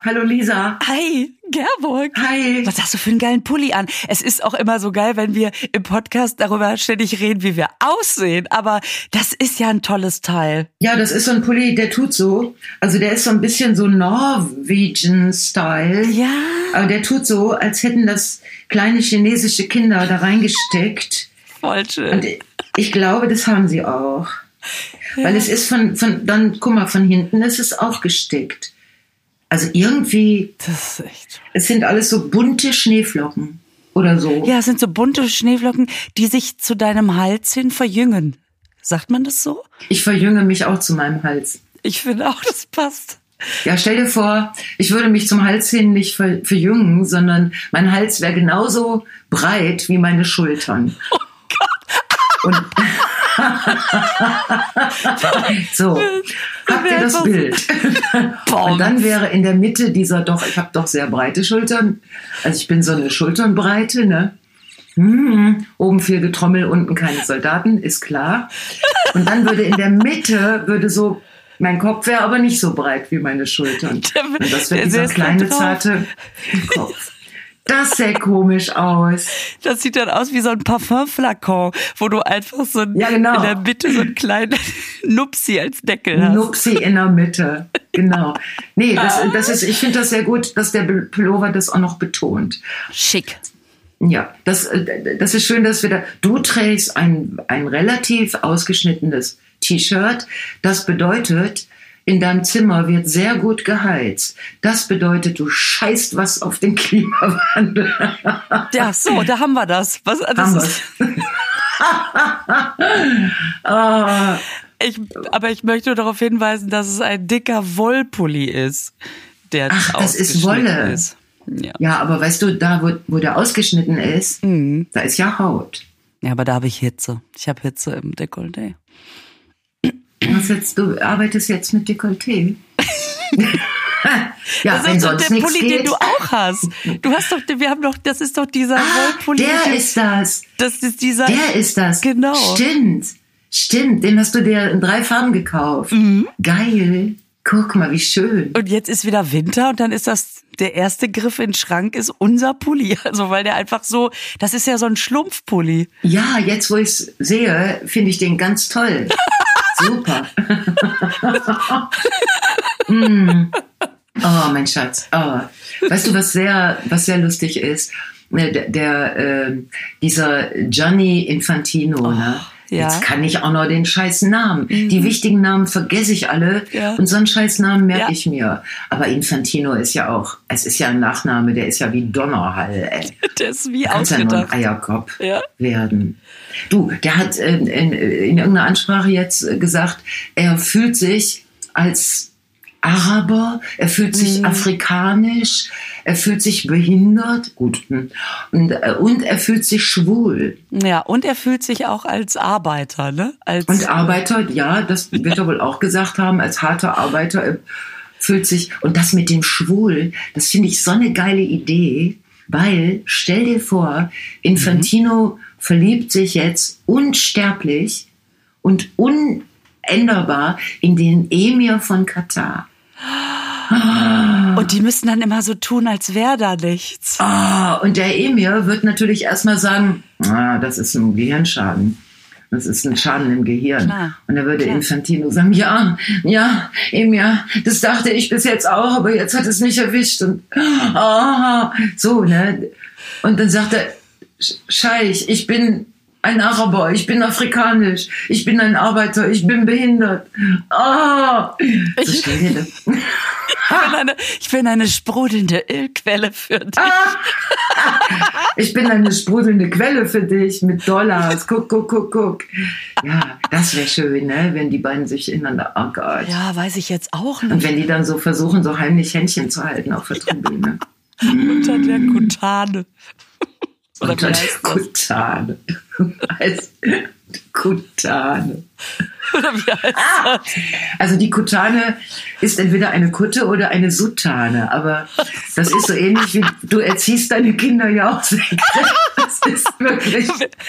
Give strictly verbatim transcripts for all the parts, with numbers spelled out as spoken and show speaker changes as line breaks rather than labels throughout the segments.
Hallo Lisa.
Hi, Gerburg.
Hi.
Was hast du für einen geilen Pulli an? Es ist auch immer so geil, wenn wir im Podcast darüber ständig reden, wie wir aussehen. Aber das ist ja ein tolles Teil.
Ja, das ist so ein Pulli, der tut so. Also der ist so ein bisschen so Norwegian-Style.
Ja.
Aber der tut so, als hätten das kleine chinesische Kinder da reingesteckt.
Voll schön.
Und ich glaube, das haben sie auch. Ja. Weil es ist von, von, dann, guck mal, von hinten ist es auch gestickt. Also irgendwie,
das ist echt.
Es sind alles so bunte Schneeflocken oder so.
Ja, es sind so bunte Schneeflocken, die sich zu deinem Hals hin verjüngen. Sagt man das so?
Ich verjünge mich auch zu meinem Hals.
Ich finde auch, das passt.
Ja, stell dir vor, ich würde mich zum Hals hin nicht ver- verjüngen, sondern mein Hals wäre genauso breit wie meine Schultern.
Oh Gott.
Und so, habt ihr das Bild? Und dann wäre in der Mitte dieser doch, ich habe doch sehr breite Schultern, also ich bin so eine Schulternbreite, ne? Hm, oben viel Getrommel, unten keine Soldaten, ist klar. Und dann würde in der Mitte, würde so, mein Kopf wäre aber nicht so breit wie meine Schultern. Und das wäre dieser kleine, zarte Kopf. Das sähe komisch aus.
Das sieht dann aus wie so ein Parfümflakon, wo du einfach so ein,
ja, genau.
in der Mitte so einen kleinen Nupsi als Deckel hast.
Nupsi in der Mitte, genau. Nee, das, das ist, ich finde das sehr gut, dass der Pullover das auch noch betont.
Schick.
Ja, das, das ist schön, dass wir da, du trägst ein, ein relativ ausgeschnittenes T-Shirt. Das bedeutet, in deinem Zimmer wird sehr gut geheizt. Das bedeutet, du scheißt was auf den Klimawandel.
Ja, so, da haben wir das. Was, das
haben
ist
oh.
ich, aber ich möchte darauf hinweisen, dass es ein dicker Wollpulli ist, der
Ach, das ist Wolle.
Ist. Ja.
ja, aber weißt du, da wo, wo der ausgeschnitten ist, mhm. da ist ja Haut.
Ja, aber da habe ich Hitze. Ich habe Hitze im Dekolleté.
Was jetzt, du arbeitest jetzt mit Dekolleté? Ja,
das
wenn
ist
sonst
der
nichts
Pulli,
geht.
den du auch hast. Du hast doch, wir haben doch, das ist doch dieser
ah,
Wollpulli.
Der ist das.
Das ist dieser.
Der ist das.
Genau.
Stimmt. Stimmt. Den hast du dir in drei Farben gekauft.
Mhm.
Geil. Guck mal, wie schön.
Und jetzt ist wieder Winter und dann ist das, der erste Griff in den Schrank ist unser Pulli. Also, weil der einfach so, das ist ja so ein Schlumpfpulli.
Ja, jetzt wo ich es sehe, finde ich den ganz toll. Super. mm. Oh, mein Schatz. Oh. Weißt du, was sehr, was sehr lustig ist? Der, der äh, dieser Gianni Infantino, oh, ne? Ja. Jetzt kann ich auch noch den scheiß Namen. Mhm. Die wichtigen Namen vergesse ich alle. Ja. Und so einen scheiß Namen merke ja. ich mir. Aber Infantino ist ja auch, es ist ja ein Nachname, der ist ja wie Donnerhall, ey.
Der ist wie
ausgedacht. Kannst ja nur ein Eierkopf ja. werden. Du, der hat in, in, in irgendeiner Ansprache jetzt gesagt, er fühlt sich als Araber, er fühlt sich mhm. afrikanisch, er fühlt sich behindert, gut, und, und er fühlt sich schwul.
Ja, und er fühlt sich auch als Arbeiter, ne? Als
und Arbeiter, ja, das wird er wohl auch gesagt haben, als harter Arbeiter er fühlt sich, und das mit dem Schwul, das finde ich so eine geile Idee, weil, stell dir vor, Infantino mhm. verliebt sich jetzt unsterblich und unänderbar in den Emir von Katar.
Und die müssen dann immer so tun, als wäre da nichts.
Oh, und der Emir wird natürlich erstmal sagen, ah, das ist ein Gehirnschaden. Das ist ein Schaden im Gehirn. Klar, und da würde klar. Infantino sagen, ja, ja, Emir, das dachte ich bis jetzt auch, aber jetzt hat es mich erwischt. Und oh, so, ne? Und dann sagt er, Scheich, ich bin ein Araber, ich bin afrikanisch, ich bin ein Arbeiter, ich bin behindert. Oh,
ich, ich, bin eine, ich bin eine sprudelnde Ölquelle für dich.
Ah, ich bin eine sprudelnde Quelle für dich mit Dollars. Guck, guck, guck, guck. Ja, das wäre schön, ne? Wenn die beiden sich ineinander, oh Gott.
Ja, weiß ich jetzt auch nicht.
Und wenn die dann so versuchen, so heimlich Händchen zu halten auf der Tribüne.
Ja. Unter der Kutane.
Oder unter der Kutane. Heißt Kutane.
Oder wie heißt
ah,
das?
Also die Kutane ist entweder eine Kutte oder eine Soutane. Aber das ist so ähnlich wie du erziehst deine Kinder ja auch senkrecht. Das ist wirklich...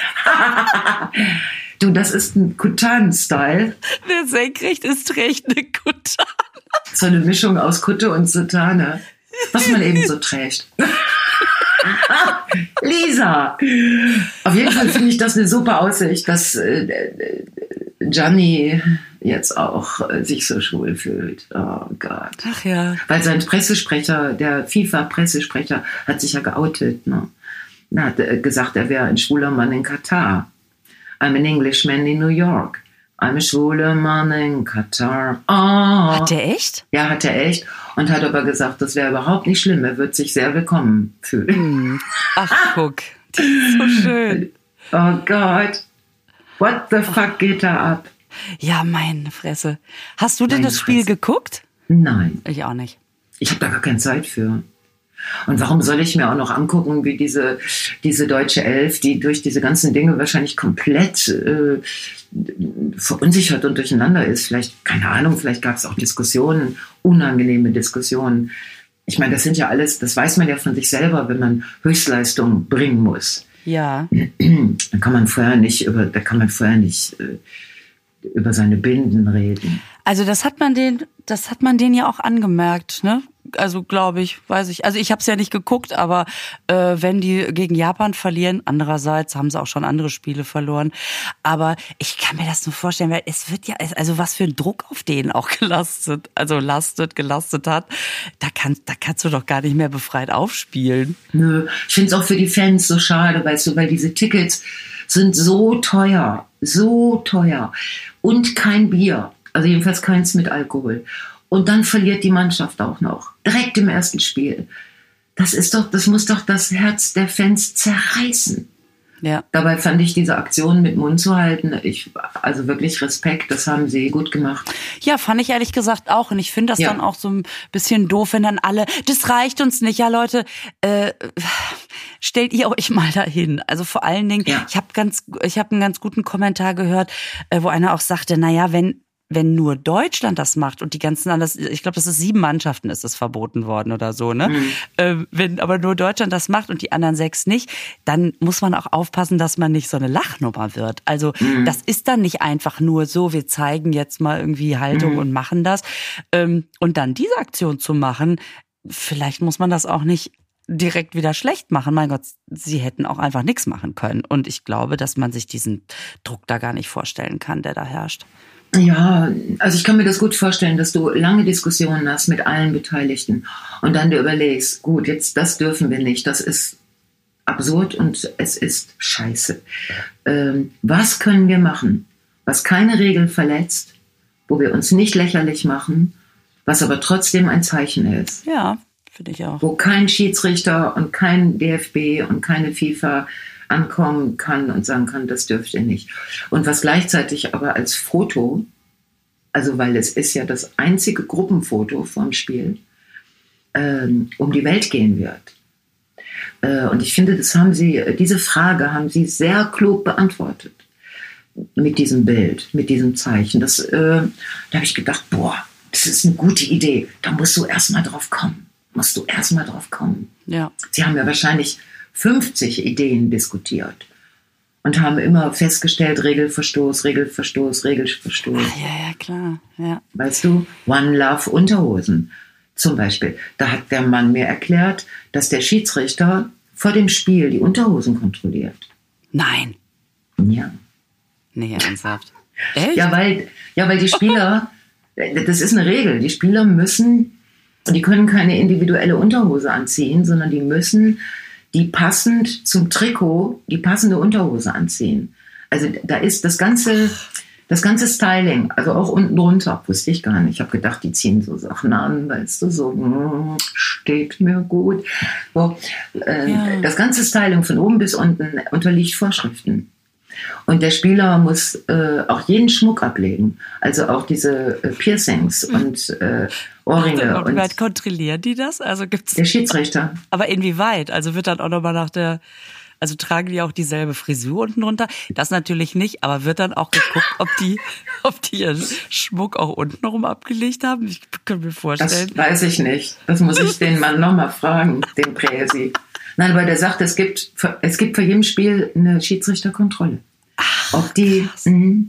Du, das ist ein Kutanen-Style.
Wer senkrecht ist, trägt eine Kutane.
So eine Mischung aus Kutte und Soutane. was man eben so trägt. Lisa! Auf jeden Fall finde ich das eine super Aussicht, dass äh, Gianni jetzt auch äh, sich so schwul fühlt. Oh Gott.
Ach ja.
Weil sein Pressesprecher, der FIFA-Pressesprecher, hat sich ja geoutet. Ne? Er hat äh, gesagt, er wäre ein schwuler Mann in Katar. I'm an Englishman in New York. I'm a schwuler Mann in Katar. Oh.
Hat der echt?
Ja, hat er echt. Und hat aber gesagt, das wäre überhaupt nicht schlimm. Er wird sich sehr willkommen fühlen.
Hm. Ach, guck. Das ist so schön.
Oh Gott. What the fuck geht da ab?
Ja, meine Fresse. Hast du denn
Meine
das Spiel
Fresse.
geguckt?
Nein.
Ich auch nicht.
Ich habe da gar keine Zeit für. Und warum soll ich mir auch noch angucken, wie diese, diese deutsche Elf, die durch diese ganzen Dinge wahrscheinlich komplett äh, verunsichert und durcheinander ist. Vielleicht, keine Ahnung, vielleicht gab es auch Diskussionen, unangenehme Diskussionen. Ich meine, das sind ja alles, das weiß man ja von sich selber, wenn man Höchstleistung bringen muss.
Ja.
Da kann man vorher nicht über, da kann man vorher nicht äh, über seine Binden reden.
Also das hat man den, das hat man denen ja auch angemerkt, ne? Also glaube ich, weiß ich. Also ich habe es ja nicht geguckt, aber äh, wenn die gegen Japan verlieren, andererseits haben sie auch schon andere Spiele verloren. Aber ich kann mir das nur vorstellen, weil es wird ja, also was für ein Druck auf denen auch gelastet, also lastet, gelastet hat, da kannst, da kannst du doch gar nicht mehr befreit aufspielen.
Nö, ich finde es auch für die Fans so schade, weißt du, weil diese Tickets sind so teuer, so teuer und kein Bier. Also jedenfalls keins mit Alkohol. Und dann verliert die Mannschaft auch noch. Direkt im ersten Spiel. Das ist doch, das muss doch das Herz der Fans zerreißen.
Ja.
Dabei fand ich diese Aktion mit Mund zu halten, ich, also wirklich Respekt, das haben sie gut gemacht.
Ja, fand ich ehrlich gesagt auch. Und ich finde das
Ja.
dann auch so ein bisschen doof, wenn dann alle, das reicht uns nicht. Ja, Leute, äh, stellt ihr euch mal dahin. Also vor allen Dingen,
Ja.
ich habe ganz, ich habe einen ganz guten Kommentar gehört, äh, wo einer auch sagte, naja, wenn wenn nur Deutschland das macht und die ganzen anderen, ich glaube, das ist sieben Mannschaften ist das verboten worden oder so, ne?
Mhm.
Ähm, wenn aber nur Deutschland das macht und die anderen sechs nicht, dann muss man auch aufpassen, dass man nicht so eine Lachnummer wird. Also
Mhm.
das ist dann nicht einfach nur so, wir zeigen jetzt mal irgendwie Haltung
Mhm.
und machen das. Ähm, und dann diese Aktion zu machen, vielleicht muss man das auch nicht direkt wieder schlecht machen. Mein Gott, sie hätten auch einfach nichts machen können. Und ich glaube, dass man sich diesen Druck da gar nicht vorstellen kann, der da herrscht.
Ja, also ich kann mir das gut vorstellen, dass du lange Diskussionen hast mit allen Beteiligten und dann dir überlegst, gut, jetzt das dürfen wir nicht, das ist absurd und es ist scheiße. Ähm, was können wir machen, was keine Regeln verletzt, wo wir uns nicht lächerlich machen, was aber trotzdem ein Zeichen ist?
Ja, finde ich auch.
Wo kein Schiedsrichter und kein D F B und keine FIFA ankommen kann und sagen kann, das dürft ihr nicht. Und was gleichzeitig aber als Foto, also weil es ist ja das einzige Gruppenfoto vom Spiel, ähm, um die Welt gehen wird. Äh, und ich finde, das haben sie, diese Frage haben sie sehr klug beantwortet. Mit diesem Bild, mit diesem Zeichen. Das, äh, da habe ich gedacht, boah, das ist eine gute Idee. Da musst du erst mal drauf kommen. Musst du erst mal drauf kommen.
Ja.
Sie haben ja wahrscheinlich fünfzig Ideen diskutiert und haben immer festgestellt, Regelverstoß, Regelverstoß, Regelverstoß.
Ah, ja, ja, klar. Ja.
Weißt du, One Love Unterhosen zum Beispiel. Da hat der Mann mir erklärt, dass der Schiedsrichter vor dem Spiel die Unterhosen kontrolliert.
Nein.
Ja.
Nee, ernsthaft. Echt?
Ja, weil, ja, weil die Spieler, das ist eine Regel, die Spieler müssen, die können keine individuelle Unterhose anziehen, sondern die müssen die passend zum Trikot die passende Unterhose anziehen. Also da ist das ganze, das ganze Styling, also auch unten drunter, wusste ich gar nicht. Ich habe gedacht, die ziehen so Sachen an, weißt du, so mm, steht mir gut. So, äh,
Ja.
Das ganze Styling von oben bis unten unterliegt Vorschriften. Und der Spieler muss äh, auch jeden Schmuck ablegen, also auch diese äh, Piercings und äh, Ohrringe.
Und
Und
inwieweit kontrollieren die das? Also gibt's,
der Schiedsrichter.
aber inwieweit? Also wird dann auch nochmal nach der, also tragen die auch dieselbe Frisur unten drunter? Das natürlich nicht, aber wird dann auch geguckt, ob die, ob die ihren Schmuck auch untenrum abgelegt haben? Ich kann mir vorstellen.
Das weiß ich nicht. Das muss ich den Mann nochmal fragen, den Präsi. Nein, weil der sagt, es gibt, es gibt für jedem Spiel eine Schiedsrichterkontrolle.
Ach,
Ob die, mh,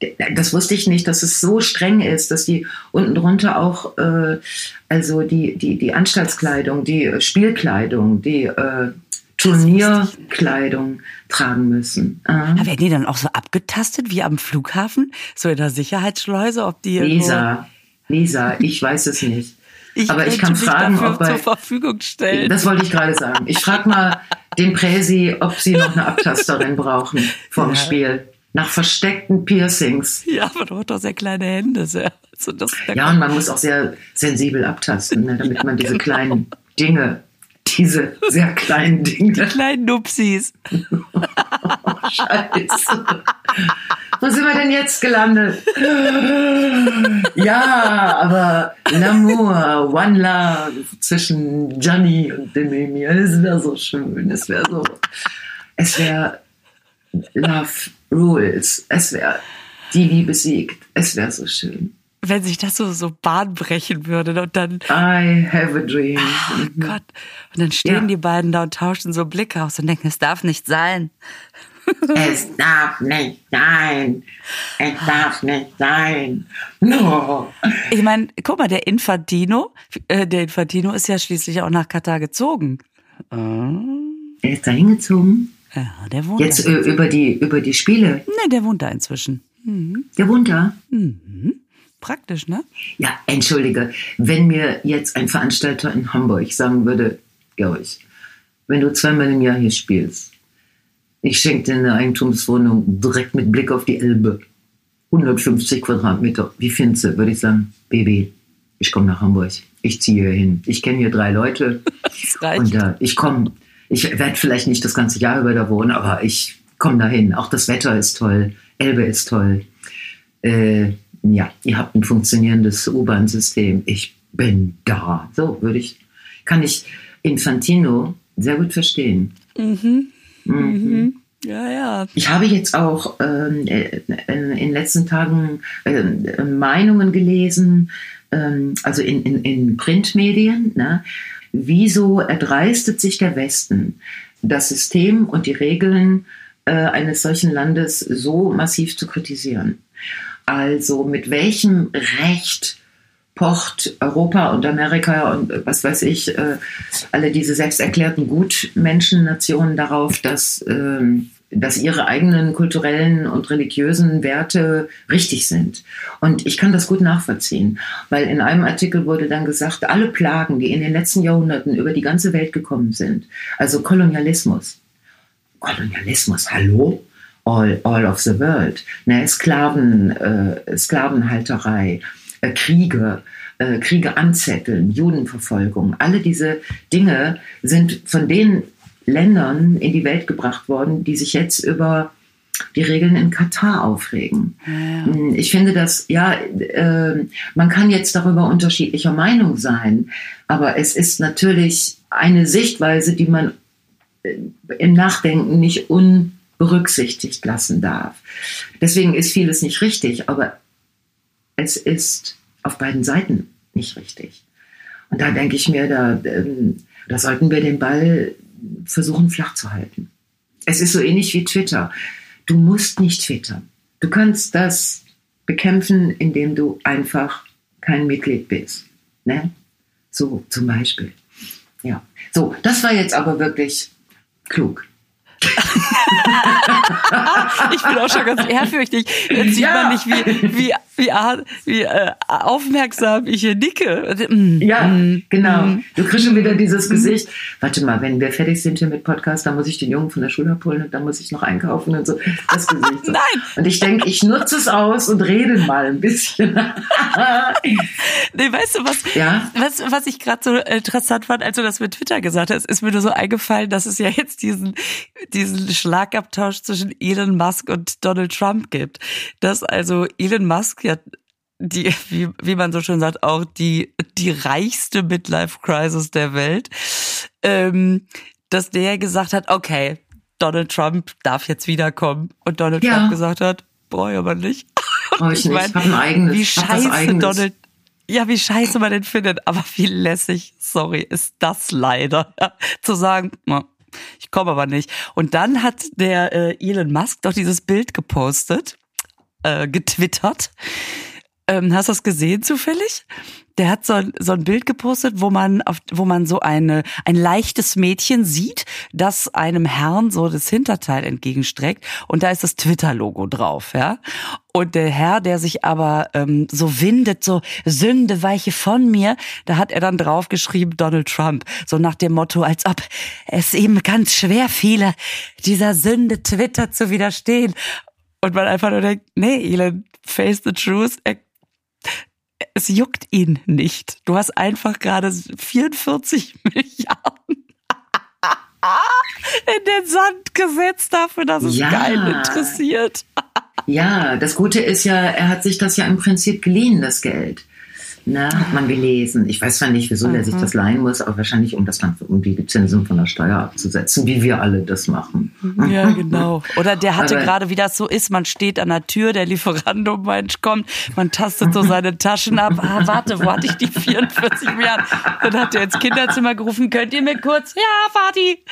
das wusste ich nicht, dass es so streng ist, dass die unten drunter auch, äh, also die, die, die Anstaltskleidung, die Spielkleidung, die äh, Turnierkleidung tragen müssen. Äh.
Ja, werden die dann auch so abgetastet wie am Flughafen? So in der Sicherheitsschleuse? Ob die
Lisa, Lisa, ich weiß es nicht.
Ich
Aber ich kann fragen, ob bei,
zur Verfügung stellen.
Das wollte ich gerade sagen. Ich frage mal den Präsi, ob sie noch eine Abtasterin brauchen vorm ja. Spiel. Nach versteckten Piercings.
Ja, aber du hast doch sehr kleine Hände. Sehr. Also das,
ja, und man muss auch sehr sensibel abtasten, ne, damit ja, man diese genau. kleinen Dinge, diese sehr kleinen Dinge.
Die kleinen Nupsis.
Oh, Scheiße. Wo sind wir denn jetzt gelandet? Ja, aber L'amour, One Love zwischen Gianni und Demi, es wäre so schön. Es wäre so, es wäre Love Rules. Es wäre die Liebe siegt. Es wäre so schön.
Wenn sich das so, so Bahn brechen würde und dann...
I have a dream.
Oh mhm. Gott. Und dann stehen ja. die beiden da und tauschen so Blicke aus und denken, es darf nicht sein.
Es darf nicht sein. Es darf nicht sein. No.
Ich meine, guck mal, der Infantino, äh, der Infantino ist ja schließlich auch nach Katar gezogen.
Er ist da hingezogen?
Ja, der wohnt
Jetzt da. Jetzt über die, über die Spiele?
Nee, der wohnt da inzwischen. Mhm.
Der wohnt da?
Mhm. Praktisch, ne?
Ja, entschuldige, wenn mir jetzt ein Veranstalter in Hamburg sagen würde, Georg, wenn du zweimal im Jahr hier spielst, ich schenke dir eine Eigentumswohnung direkt mit Blick auf die Elbe, hundertfünfzig Quadratmeter, wie findest du? Würde ich sagen, Baby, ich komme nach Hamburg, ich ziehe hier hin, ich kenne hier drei Leute
das reicht.
Und äh, ich komme, ich werde vielleicht nicht das ganze Jahr über da wohnen, aber ich komme dahin, auch das Wetter ist toll, Elbe ist toll, äh, ja, ihr habt ein funktionierendes U-Bahn-System. Ich bin da. So würde ich, kann ich Infantino sehr gut verstehen.
Mhm. Mhm. Mhm. Ja, ja.
Ich habe jetzt auch ähm, in den letzten Tagen äh, Meinungen gelesen, ähm, also in, in, in Printmedien, ne? Wieso erdreistet sich der Westen, das System und die Regeln äh, eines solchen Landes so massiv zu kritisieren? Also mit welchem Recht pocht Europa und Amerika und was weiß ich, äh, alle diese selbsterklärten Gutmenschen-Nationen darauf, dass, äh, dass ihre eigenen kulturellen und religiösen Werte richtig sind. Und ich kann das gut nachvollziehen, weil in einem Artikel wurde dann gesagt, alle Plagen, die in den letzten Jahrhunderten über die ganze Welt gekommen sind, also Kolonialismus, Kolonialismus, hallo? All, all of the world, ne, Sklaven, äh, Sklavenhalterei, äh, Kriege, äh, Kriege anzetteln, Judenverfolgung, alle diese Dinge sind von den Ländern in die Welt gebracht worden, die sich jetzt über die Regeln in Katar aufregen. Ja. Ich finde das, ja, äh, man kann jetzt darüber unterschiedlicher Meinung sein, aber es ist natürlich eine Sichtweise, die man äh, im Nachdenken nicht un berücksichtigt lassen darf. Deswegen ist vieles nicht richtig, aber es ist auf beiden Seiten nicht richtig. Und da denke ich mir, da, da sollten wir den Ball versuchen flach zu halten. Es ist so ähnlich wie Twitter. Du musst nicht twittern. Du kannst das bekämpfen, indem du einfach kein Mitglied bist. Ne? So zum Beispiel. Ja. So, das war jetzt aber wirklich klug.
Ich bin auch schon ganz ehrfürchtig. Jetzt sieht ja. man nicht, wie, wie, wie, wie äh, aufmerksam ich hier nicke.
Ja, mm, genau. Mm, du kriegst schon wieder dieses mm. Gesicht. Warte mal, wenn wir fertig sind hier mit Podcast, dann muss ich den Jungen von der Schule abholen und dann muss ich noch einkaufen und so. Das Gesicht. So.
Nein!
Und ich denke, ich nutze es aus und rede mal ein bisschen.
Nee, weißt du, was, ja? was, was ich gerade so interessant fand, als du das mit Twitter gesagt hast, ist mir nur so eingefallen, dass es ja jetzt diesen, diesen Schlagabtausch zwischen Elon Musk und Donald Trump gibt. Dass also Elon Musk ja die, wie, wie man so schön sagt, auch die, die reichste Midlife-Crisis der Welt, ähm, dass der gesagt hat, okay, Donald Trump darf jetzt wiederkommen. Und Donald ja. Trump gesagt hat, brauche ich aber nicht.
Brauche ich, ich nicht, ich habe ein eigenes.
Wie scheiße Donald, ja, wie scheiße man den findet, aber wie lässig, sorry, ist das leider, ja, zu sagen, ich komme aber nicht. Und dann hat der äh, Elon Musk doch dieses Bild gepostet, äh, getwittert. Ähm, hast du das gesehen zufällig? Der hat so, so ein Bild gepostet, wo man auf, wo man so eine ein leichtes Mädchen sieht, das einem Herrn so das Hinterteil entgegenstreckt und da ist das Twitter-Logo drauf, ja. Und der Herr, der sich aber ähm, so windet, so Sünde weiche von mir, da hat er dann draufgeschrieben Donald Trump, so nach dem Motto, als ob es ihm ganz schwer fiele, dieser Sünde Twitter zu widerstehen. Und man einfach nur denkt, nee, Elon, face the truth, er es juckt ihn nicht. Du hast einfach gerade vierundvierzig Milliarden in den Sand gesetzt dafür, dass es
ja.
keinen interessiert.
Ja, das Gute ist ja, er hat sich das ja im Prinzip geliehen, das Geld. Na, hat man gelesen. Ich weiß zwar nicht, wieso mhm. er sich das leihen muss, aber wahrscheinlich, um das dann, um die Zinsen von der Steuer abzusetzen, wie wir alle das machen.
Ja, genau. Oder der hatte aber gerade, wie das so ist, man steht an der Tür, der Lieferando Mensch kommt, man tastet so seine Taschen ab. Ah, warte, wo hatte ich die vierundvierzig Milliarden? Dann hat er ins Kinderzimmer gerufen, könnt ihr mir kurz, ja, Vati.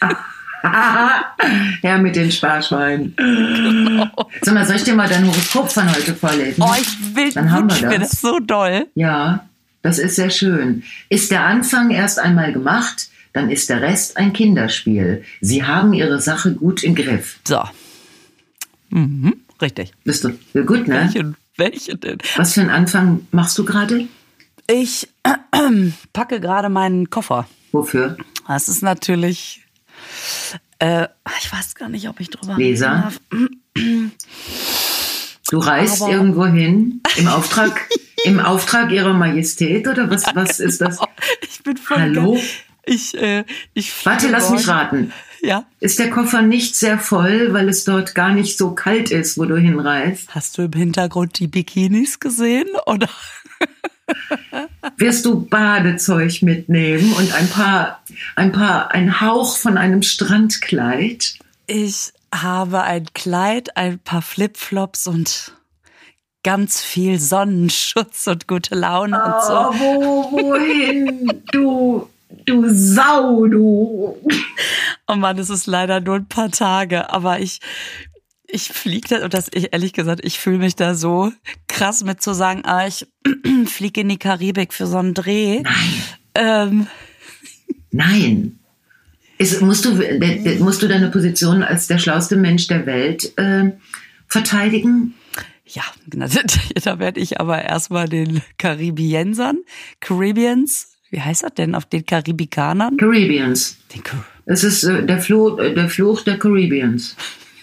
Ja, mit den Sparschweinen. Genau. Sag mal, soll ich dir mal dein Horoskop von heute vorlesen?
Oh, ich will,
Dann haben wir das.
mir das so doll.
Ja, das ist sehr schön. Ist der Anfang erst einmal gemacht, dann ist der Rest ein Kinderspiel. Sie haben ihre Sache gut im Griff.
So. Mhm, richtig.
Bist du ja, gut, ne?
Welche, welche denn?
Was für einen Anfang machst du gerade?
Ich äh, packe gerade meinen Koffer.
Wofür?
Das ist natürlich... Äh, ich weiß gar nicht, ob ich drüber
Leser.
reden darf.
Du reist
Aber
irgendwo hin im Auftrag, im Auftrag ihrer Majestät oder was,
ja,
was ist das?
Genau. Ich bin voll
Hallo?
Geil. Ich, äh, ich
Warte, lass mich raten.
Ja.
Ist der Koffer nicht sehr voll, weil es dort gar nicht so kalt ist, wo du hinreist?
Hast du im Hintergrund die Bikinis gesehen, oder?
Wirst du Badezeug mitnehmen und ein paar, ein paar, ein Hauch von einem Strandkleid?
Ich habe ein Kleid, ein paar Flipflops und ganz viel Sonnenschutz und gute Laune
oh,
und so.
Wo, wohin, du, du Sau, du.
Oh Mann, es ist leider nur ein paar Tage, aber ich... Ich fliege da, und das, ich, ehrlich gesagt, ich fühle mich da so krass mit zu sagen, ah, ich fliege in die Karibik für so einen Dreh.
Nein.
Ähm.
Nein. Ist, musst, du, de, de, musst du deine Position als der schlauste Mensch der Welt äh, verteidigen?
Ja, genau. Da werde ich aber erstmal den Karibiensern, Caribbeans, wie heißt das denn, auf den Karibikanern?
Caribbeans.
Den Car-
Es ist äh, der, Fluch, äh, der Fluch der Caribbeans.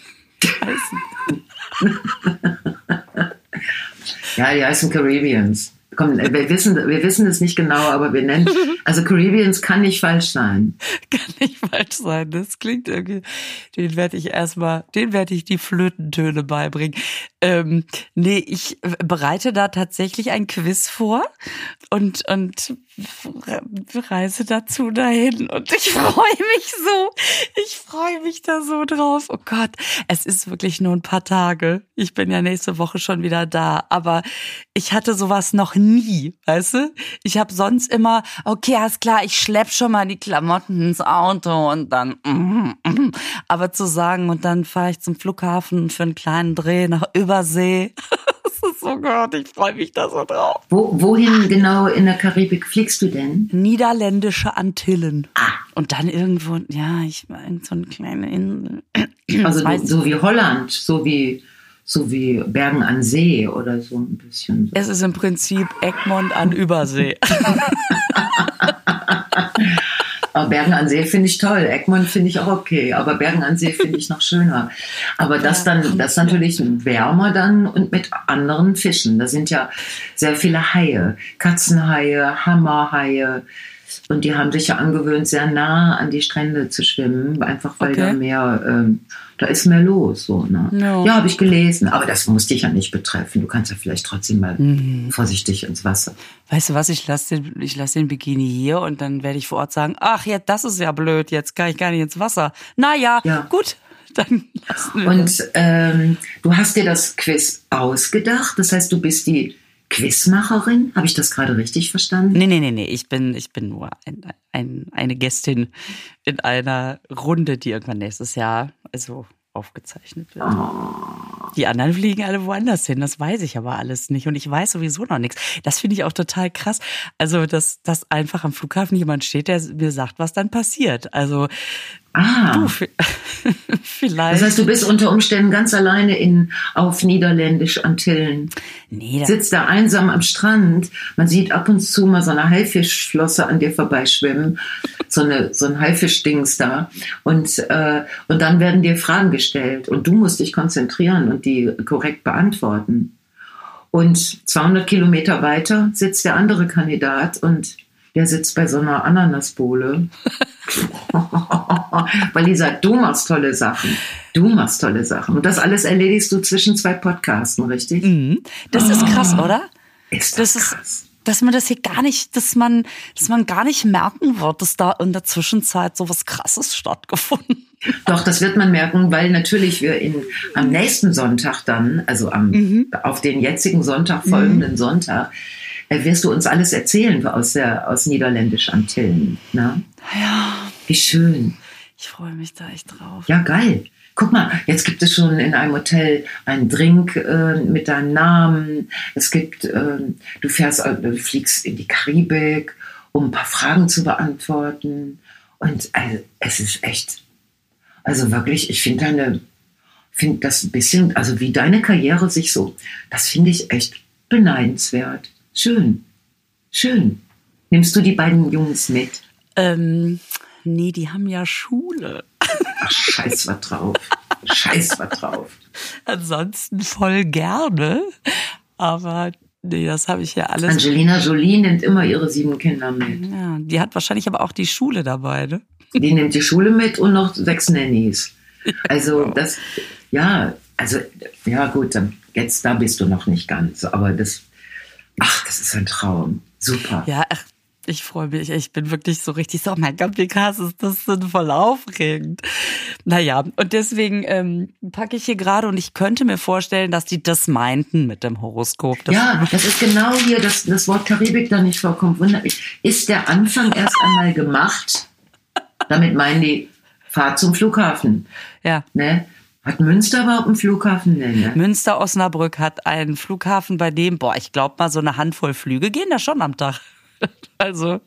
Ja, die heißen Caribbeans. Komm, wir wissen, wir wissen es nicht genau, aber wir nennen, also Caribbeans kann nicht falsch sein.
Kann nicht falsch sein. Das klingt irgendwie, den werde ich erstmal, den werde ich die Flötentöne beibringen. Ähm, nee, ich bereite da tatsächlich ein Quiz vor und, und reise dazu dahin und ich freue mich so. Ich freue mich da so drauf. Oh Gott, es ist wirklich nur ein paar Tage. Ich bin ja nächste Woche schon wieder da, aber ich hatte sowas noch nie, weißt du? Ich habe sonst immer, okay, alles klar, ich schlepp schon mal die Klamotten ins Auto und dann, mm, mm. aber zu sagen, und dann fahre ich zum Flughafen für einen kleinen Dreh nach Übersee. Das ist so Gott, ich freue mich da so drauf.
Wo, wohin genau in der Karibik fliegst du denn?
Niederländische Antillen.
Ah.
Und dann irgendwo, ja, ich war in so eine kleine Insel.
Also du, so wie Holland, so wie, so wie Bergen an See oder so ein bisschen. So.
Es ist im Prinzip Egmont an Übersee.
Aber Bergen an See finde ich toll. Egmont finde ich auch okay. Aber Bergen an See finde ich noch schöner. Aber das dann, das natürlich wärmer dann und mit anderen Fischen. Da sind ja sehr viele Haie. Katzenhaie, Hammerhaie. Und die haben sich ja angewöhnt, sehr nah an die Strände zu schwimmen. Einfach weil
okay.
da mehr, ähm, da ist mehr los. So, ne?
No.
Ja, habe ich gelesen. Aber das muss dich ja nicht betreffen. Du kannst ja vielleicht trotzdem mal mhm. vorsichtig ins Wasser.
Weißt du was, ich lasse den, ich lass den Bikini hier und dann werde ich vor Ort sagen, ach ja, das ist ja blöd, jetzt kann ich gar nicht ins Wasser. Naja, ja. gut, dann lassen wir
Und
das.
Ähm, du hast dir das Quiz ausgedacht, das heißt, du bist die Quizmacherin? Habe ich das gerade richtig verstanden?
Nee, nee, nee, nee, ich bin, ich bin nur ein, ein, eine Gästin in einer Runde, die irgendwann nächstes Jahr also aufgezeichnet wird.
Oh.
Die anderen fliegen alle woanders hin, das weiß ich aber alles nicht und ich weiß sowieso noch nichts. Das finde ich auch total krass. Also, dass, dass einfach am Flughafen jemand steht, der mir sagt, was dann passiert. Also,
ah.
du, vielleicht.
Das heißt, du bist unter Umständen ganz alleine in, auf Niederländisch Antillen.
Nee,
sitzt da einsam am Strand. Man sieht ab und zu mal so eine Haifischflosse an dir vorbeischwimmen. So, eine, so ein Haifischdings da. Und, äh, und dann werden dir Fragen gestellt. Und du musst dich konzentrieren und die korrekt beantworten. Und zweihundert Kilometer weiter sitzt der andere Kandidat und der sitzt bei so einer Ananasbowle. Weil die sagt, du machst tolle Sachen. Du machst tolle Sachen. Und das alles erledigst du zwischen zwei Podcasten, richtig?
Mhm. Das ist krass, oder?
Ist das,
das
krass.
Ist, dass man das hier gar nicht, dass man, dass man gar nicht merken wird, dass da in der Zwischenzeit so was Krasses stattgefunden hat.
Doch, das wird man merken, weil natürlich wir in, am nächsten Sonntag dann, also am, mhm. auf den jetzigen Sonntag, folgenden mhm. Sonntag, wirst du uns alles erzählen aus der aus Niederländisch Antillen. Ne?
Ja.
Wie schön.
Ich freue mich da echt drauf.
Ja, geil. Guck mal, jetzt gibt es schon in einem Hotel einen Drink äh, mit deinem Namen. Es gibt, äh, du fährst, äh, du fliegst in die Karibik, um ein paar Fragen zu beantworten. Und also, es ist echt, also wirklich, ich finde deine, finde das ein bisschen, also wie deine Karriere sich so, das finde ich echt beneidenswert. Schön, schön. Nimmst du die beiden Jungs mit?
Ähm, nee, die haben ja Schule.
Ach, scheiß was drauf. Scheiß was drauf.
Ansonsten voll gerne. Aber nee, das habe ich ja alles.
Angelina Jolie nimmt immer ihre sieben Kinder mit.
Ja, die hat wahrscheinlich aber auch die Schule dabei, ne?
Die nimmt die Schule mit und noch sechs Nannies. Also das, ja, also, ja gut, dann, jetzt, da bist du noch nicht ganz. Aber das, ach, das ist ein Traum. Super.
Ja, ach, ich freue mich. Ich bin wirklich so richtig so, oh mein Gott, wie krass ist das denn, voll aufregend. Naja, und deswegen ähm, packe ich hier gerade und ich könnte mir vorstellen, dass die das meinten mit dem Horoskop. Das
ja, das ist genau hier, dass das Wort Karibik da nicht vorkommt. Wunderlich. Ist der Anfang erst einmal gemacht? Damit meinen die Fahrt zum Flughafen.
Ja.
Ne? Hat Münster überhaupt einen Flughafen? Nee, ne?
Münster-Osnabrück hat einen Flughafen, bei dem, boah, ich glaube mal so eine Handvoll Flüge gehen da schon am Tag. Also,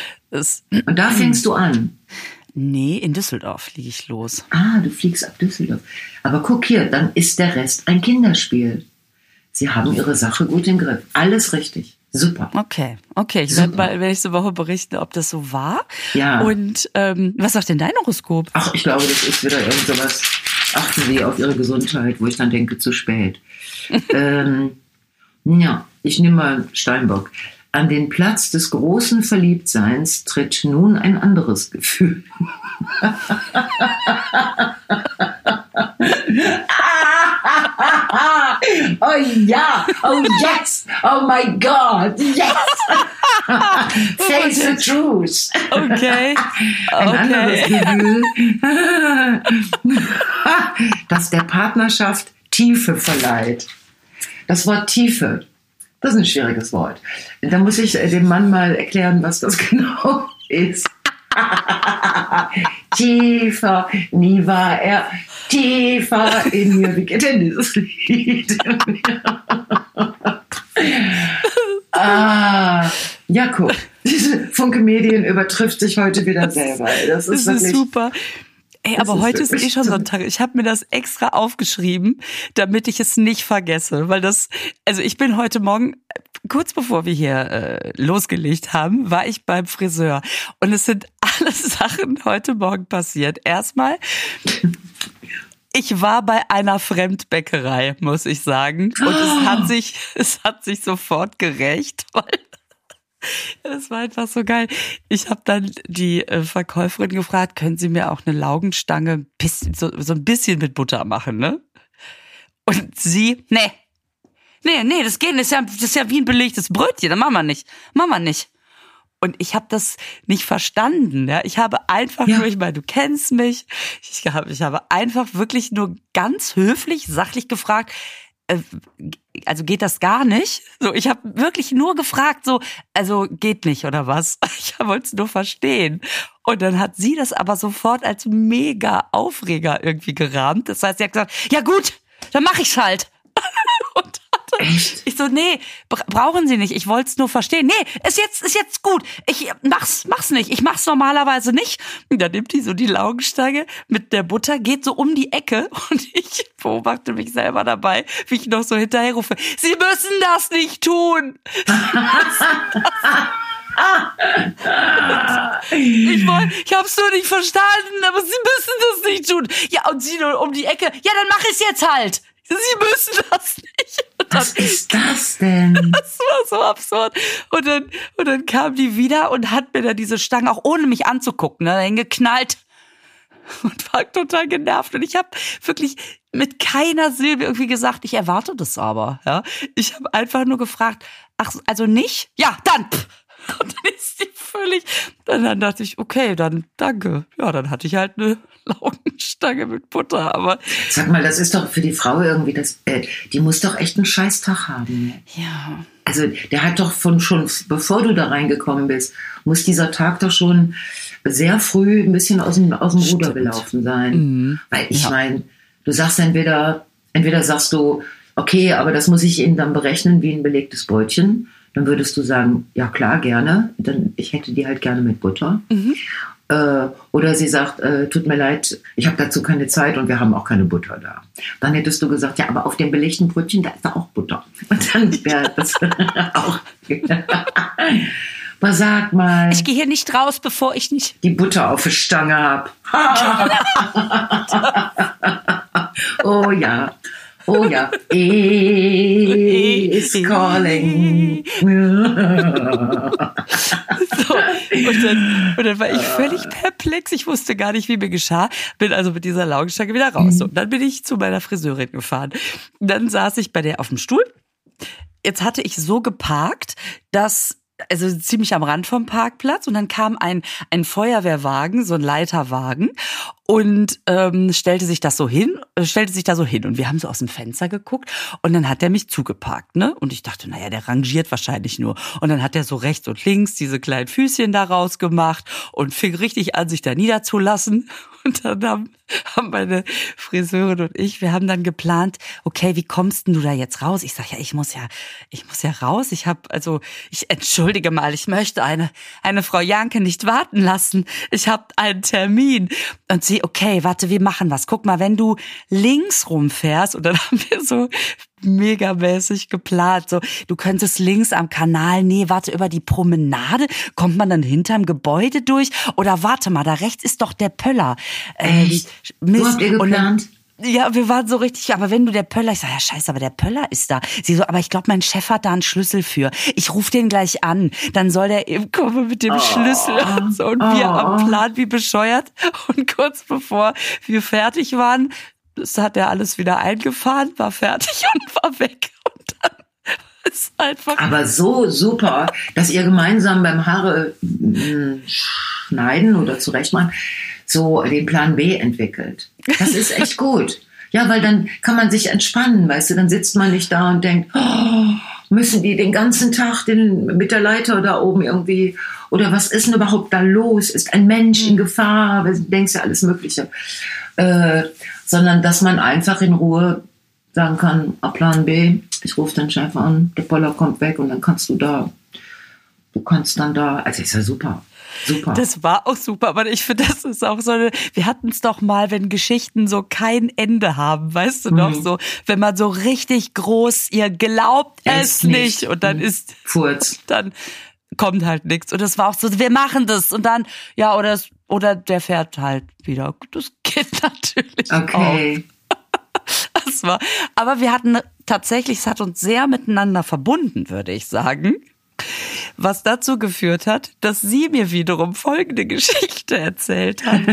es.
Und da fängst du an?
Nee, in Düsseldorf fliege ich los.
Ah, du fliegst ab Düsseldorf. Aber guck hier, dann ist der Rest ein Kinderspiel. Sie haben ihre Sache gut im Griff. Alles richtig. Super.
Okay, okay. Ich werde mal nächste Woche berichten, ob das so war.
Ja.
Und ähm, was sagt denn dein Horoskop?
Ach, ich glaube, das ist wieder irgend sowas. Achten Sie auf Ihre Gesundheit, wo ich dann denke, zu spät. ähm, ja, ich nehme mal Steinbock. An den Platz des großen Verliebtseins tritt nun ein anderes Gefühl. Oh ja, oh yes, oh my God, yes. Face the truth.
Okay,
Ein
okay.
anderes Gefühl, das der Partnerschaft Tiefe verleiht. Das Wort Tiefe, das ist ein schwieriges Wort. Da muss ich dem Mann mal erklären, was das genau ist. Tiefer, nie war er tiefer in mir. Wie geht denn dieses Lied? ah, ja, guck. Diese Funke Medien übertrifft sich heute wieder selber. Das ist,
das ist
wirklich,
super. Ey, aber ist heute ist eh schon Sonntag. Ich habe mir das extra aufgeschrieben, damit ich es nicht vergesse. Weil das, also ich bin heute Morgen, kurz bevor wir hier äh, losgelegt haben, war ich beim Friseur. Und es sind alle Sachen heute Morgen passiert. Erstmal, ich war bei einer Fremdbäckerei, muss ich sagen. Und es hat sich, es hat sich sofort gerächt, weil das war einfach so geil. Ich habe dann die äh, Verkäuferin gefragt, können Sie mir auch eine Laugenstange bisschen, so, so ein bisschen mit Butter machen, ne? Und sie, nee, nee, nee, das geht nicht, das ist ja, das ist ja wie ein belegtes Brötchen, das machen wir nicht, machen wir nicht. Und ich habe das nicht verstanden, ja. Ich habe einfach ja. nur, ich meine, du kennst mich, ich habe, ich habe einfach wirklich nur ganz höflich, sachlich gefragt, also geht das gar nicht? So, ich habe wirklich nur gefragt, so, also geht nicht oder was? Ich wollte es nur verstehen. Und dann hat sie das aber sofort als mega Aufreger irgendwie gerahmt. Das heißt, sie hat gesagt, ja gut, dann mach ich's halt. Und
Echt?
ich so, nee, bra- brauchen Sie nicht. Ich wollte es nur verstehen. Nee, ist jetzt, ist jetzt gut. Ich mach's, mach's nicht. Ich mach's normalerweise nicht. Und dann nimmt die so die Laugenstange mit der Butter, geht so um die Ecke und ich beobachte mich selber dabei, wie ich noch so hinterher rufe, Sie müssen das nicht tun. Ich wollte, ich hab's nur nicht verstanden, aber Sie müssen das nicht tun. Ja, und sie nur um die Ecke. Ja, dann mach ich's jetzt halt. Sie müssen das nicht. Und
Was
dann,
ist das denn?
das war so absurd. Und dann, und dann kam die wieder und hat mir da diese Stange, auch ohne mich anzugucken, ne, hingeknallt. Und war total genervt. Und ich habe wirklich mit keiner Silbe irgendwie gesagt, ich erwarte das aber. Ja, ich habe einfach nur gefragt, ach, also nicht? Ja, dann. Pff. Und dann ist sie völlig, dann, dann dachte ich, okay, dann danke. Ja, dann hatte ich halt eine Laugenstange mit Butter, aber.
Sag mal, das ist doch für die Frau irgendwie das, äh, die muss doch echt einen Scheißtag haben. Ne?
Ja.
Also der hat doch von schon, bevor du da reingekommen bist, muss dieser Tag doch schon sehr früh ein bisschen aus dem, aus dem Ruder
Stimmt.
gelaufen sein.
Mhm.
Weil ich
Ja.
meine, du sagst entweder, entweder sagst du, okay, aber das muss ich Ihnen dann berechnen wie ein belegtes Brötchen. Dann würdest du sagen, ja klar, gerne. Dann, ich hätte die halt gerne mit Butter.
Mhm.
Äh, oder sie sagt, äh, tut mir leid, ich habe dazu keine Zeit und wir haben auch keine Butter da. Dann hättest du gesagt, ja, aber auf dem belegten Brötchen, da ist da auch Butter. Und dann wäre das auch... Aber sag mal,
Ich gehe hier nicht raus, bevor ich nicht.
die Butter auf der Stange hab. Oh ja. Oh ja. Is calling.
So. Und, dann, und dann war ich völlig perplex. Ich wusste gar nicht, wie mir geschah. Bin also mit dieser Laugenstange wieder raus. Und dann bin ich zu meiner Friseurin gefahren. Dann saß ich bei der auf dem Stuhl. Jetzt hatte ich so geparkt, dass also ziemlich am Rand vom Parkplatz und dann kam ein ein Feuerwehrwagen, so ein Leiterwagen und ähm, stellte sich das so hin, äh, stellte sich da so hin und wir haben so aus dem Fenster geguckt und dann hat der mich zugeparkt, ne? Und ich dachte, naja, der rangiert wahrscheinlich nur. Und dann hat er so rechts und links diese kleinen Füßchen da rausgemacht und fing richtig an, sich da niederzulassen. Und dann haben, haben meine Friseurin und ich, wir haben dann geplant, okay, wie kommst denn du da jetzt raus? Ich sag ja, ich muss ja, ich muss ja raus. Ich habe, also, ich entschuldige mal, ich möchte eine eine Frau Janke nicht warten lassen. Ich habe einen Termin. Und sie, okay, warte, wir machen was. Guck mal, wenn du links rumfährst, und dann haben wir so megamäßig geplant. So, du könntest links am Kanal, nee, warte, über die Promenade, kommt man dann hinterm Gebäude durch? Oder warte mal, da rechts ist doch der Pöller.
Echt?
Ähm,
So habt ihr
Und dann-
geplant?
Ja, wir waren so richtig, aber wenn du der Pöller, ich sag, ja scheiße, aber der Pöller ist da. Sie so, aber ich glaube, mein Chef hat da einen Schlüssel für. Ich rufe den gleich an. Dann soll der eben kommen mit dem
Oh.
Schlüssel und so. Und wir
Oh.
am Plan wie bescheuert. Und kurz bevor wir fertig waren, das hat er alles wieder eingefahren, war fertig und war weg. Und dann ist einfach...
Aber so super, dass ihr gemeinsam beim Haare mh, schneiden oder zurechtmachen so den Plan B entwickelt. Das ist echt gut. Ja, weil dann kann man sich entspannen, weißt du, dann sitzt man nicht da und denkt, oh, müssen die den ganzen Tag den, mit der Leiter da oben irgendwie, oder was ist denn überhaupt da los? Ist ein Mensch in Gefahr? Du denkst ja alles Mögliche. Äh, sondern, dass man einfach in Ruhe sagen kann, ah, Plan B, ich rufe den Chef an, der Poller kommt weg und dann kannst du da, du kannst dann da, also ist ja super. Super.
Das war auch super, aber ich finde, das ist auch so eine, wir hatten es doch mal, wenn Geschichten so kein Ende haben, weißt du noch,
Mhm.
so, wenn man so richtig groß, ihr glaubt es,
Es
nicht.
nicht.
Und dann
Mhm.
ist,
Furz.
dann kommt halt nichts. Und das war auch so, wir machen das und dann, ja, oder, es- oder der fährt halt wieder. Das geht natürlich
Okay.
auch. Das war, aber wir hatten tatsächlich, es hat uns sehr miteinander verbunden, würde ich sagen. Was dazu geführt hat, dass sie mir wiederum folgende Geschichte erzählt hat.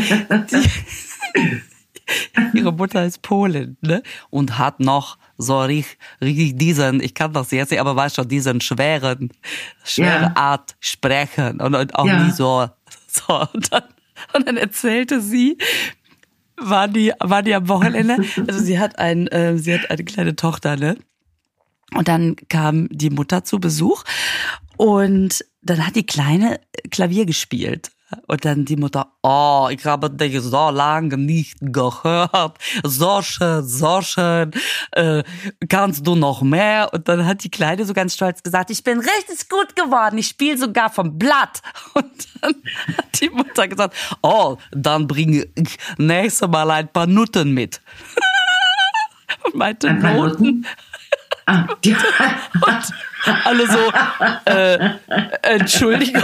Die, ihre Mutter ist Polin, ne? Und hat noch so richtig, richtig diesen, ich kann das jetzt nicht, aber weißt schon, diesen schweren, schwere
Ja.
Art sprechen und, und auch
Ja.
nie so, so. Und dann, und dann erzählte sie, war die, war die am Wochenende, also sie hat ein, äh, sie hat eine kleine Tochter, ne? Und dann kam die Mutter zu Besuch und dann hat die Kleine Klavier gespielt. Und dann die Mutter, oh, ich habe dich so lange nicht gehört. So schön, so schön. Äh, kannst du noch mehr? Und dann hat die Kleine so ganz stolz gesagt, ich bin richtig gut geworden. Ich spiele sogar vom Blatt. Und dann hat die Mutter gesagt, oh, dann bringe ich nächstes Mal ein paar Nutten mit. Und meinte
ein paar
Noten.
Nutten? Ah, die
Und alle so, äh, Entschuldigung.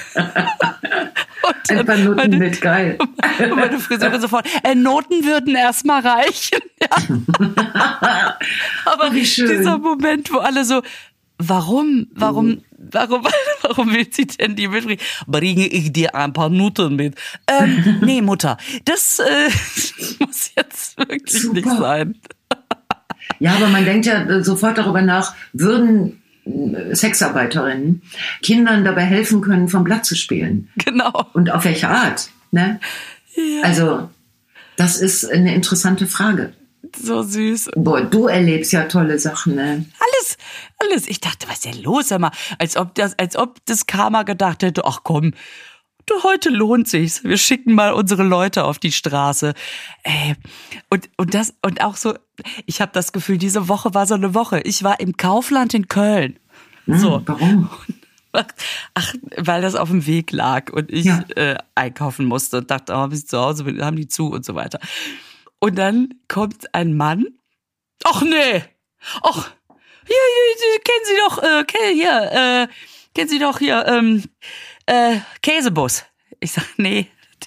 Und
ein paar Noten meine, mit, geil.
Und meine Friseurin sofort, äh, Noten würden erstmal reichen. Ja. Aber dieser Moment, wo alle so, warum, warum, warum, warum will sie denn die mitbringen? Bringe ich dir ein paar Noten mit? Ähm, nee, Mutter, das äh, muss jetzt wirklich Super. Nicht sein.
Ja, aber man denkt ja sofort darüber nach, würden Sexarbeiterinnen Kindern dabei helfen können, vom Blatt zu spielen.
Genau.
Und auf welche Art? Ne? Ja. Also, das ist eine interessante Frage.
So süß.
Boah, du erlebst ja tolle Sachen, ne?
Alles, alles. Ich dachte, was ist denn los, immer? Als ob das, als ob das Karma gedacht hätte, ach komm, heute lohnt sich's. Wir schicken mal unsere Leute auf die Straße. Ey, und, und das, und auch so, ich habe das Gefühl, diese Woche war so eine Woche. Ich war im Kaufland in Köln. So.
Hm, warum?
Ach, weil das auf dem Weg lag und ich ja. äh, einkaufen musste und dachte, oh, bis ich zu Hause bin, haben die zu und so weiter. Und dann kommt ein Mann. Ach nee. Ach, hier, hier, kennen Sie doch, äh, kennen, hier, äh, kennen Sie doch hier, ähm, Äh, Käsebus. Ich sag, nee.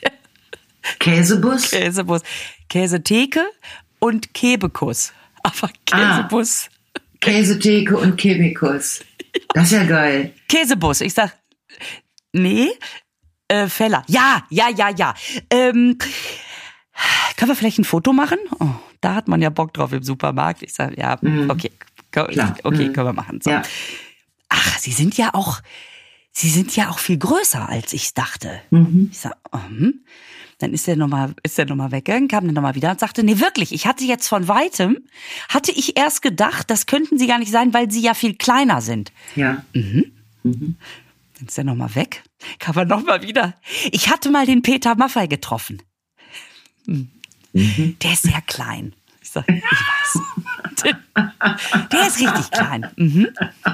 Käsebus?
Käsebus. Käsetheke und Kebekus. Aber Käsebus.
Ah, Käsetheke und Kebekus. Das ist ja geil.
Käsebus. Ich sag, nee. Äh, Feller. Ja, ja, ja, ja. Ähm, können wir vielleicht ein Foto machen? Oh, da hat man ja Bock drauf im Supermarkt. Ich sag, ja, mm. okay.
Klar.
Okay,
mm.
können wir machen. So.
Ja.
Ach, Sie sind ja auch... Sie sind ja auch viel größer, als ich dachte.
Mhm.
Ich sag, oh, hm. Dann ist er nochmal, ist er nochmal weggegangen, kam dann nochmal wieder und sagte, nee, wirklich, ich hatte jetzt von weitem, hatte ich erst gedacht, das könnten Sie gar nicht sein, weil Sie ja viel kleiner sind.
Ja.
Mhm. Mhm. Dann ist er nochmal weg, kam er nochmal wieder. Ich hatte mal den Peter Maffay getroffen. Mhm. Der ist sehr klein. Ich sag, ich weiß. Der, der ist richtig klein. Mhm.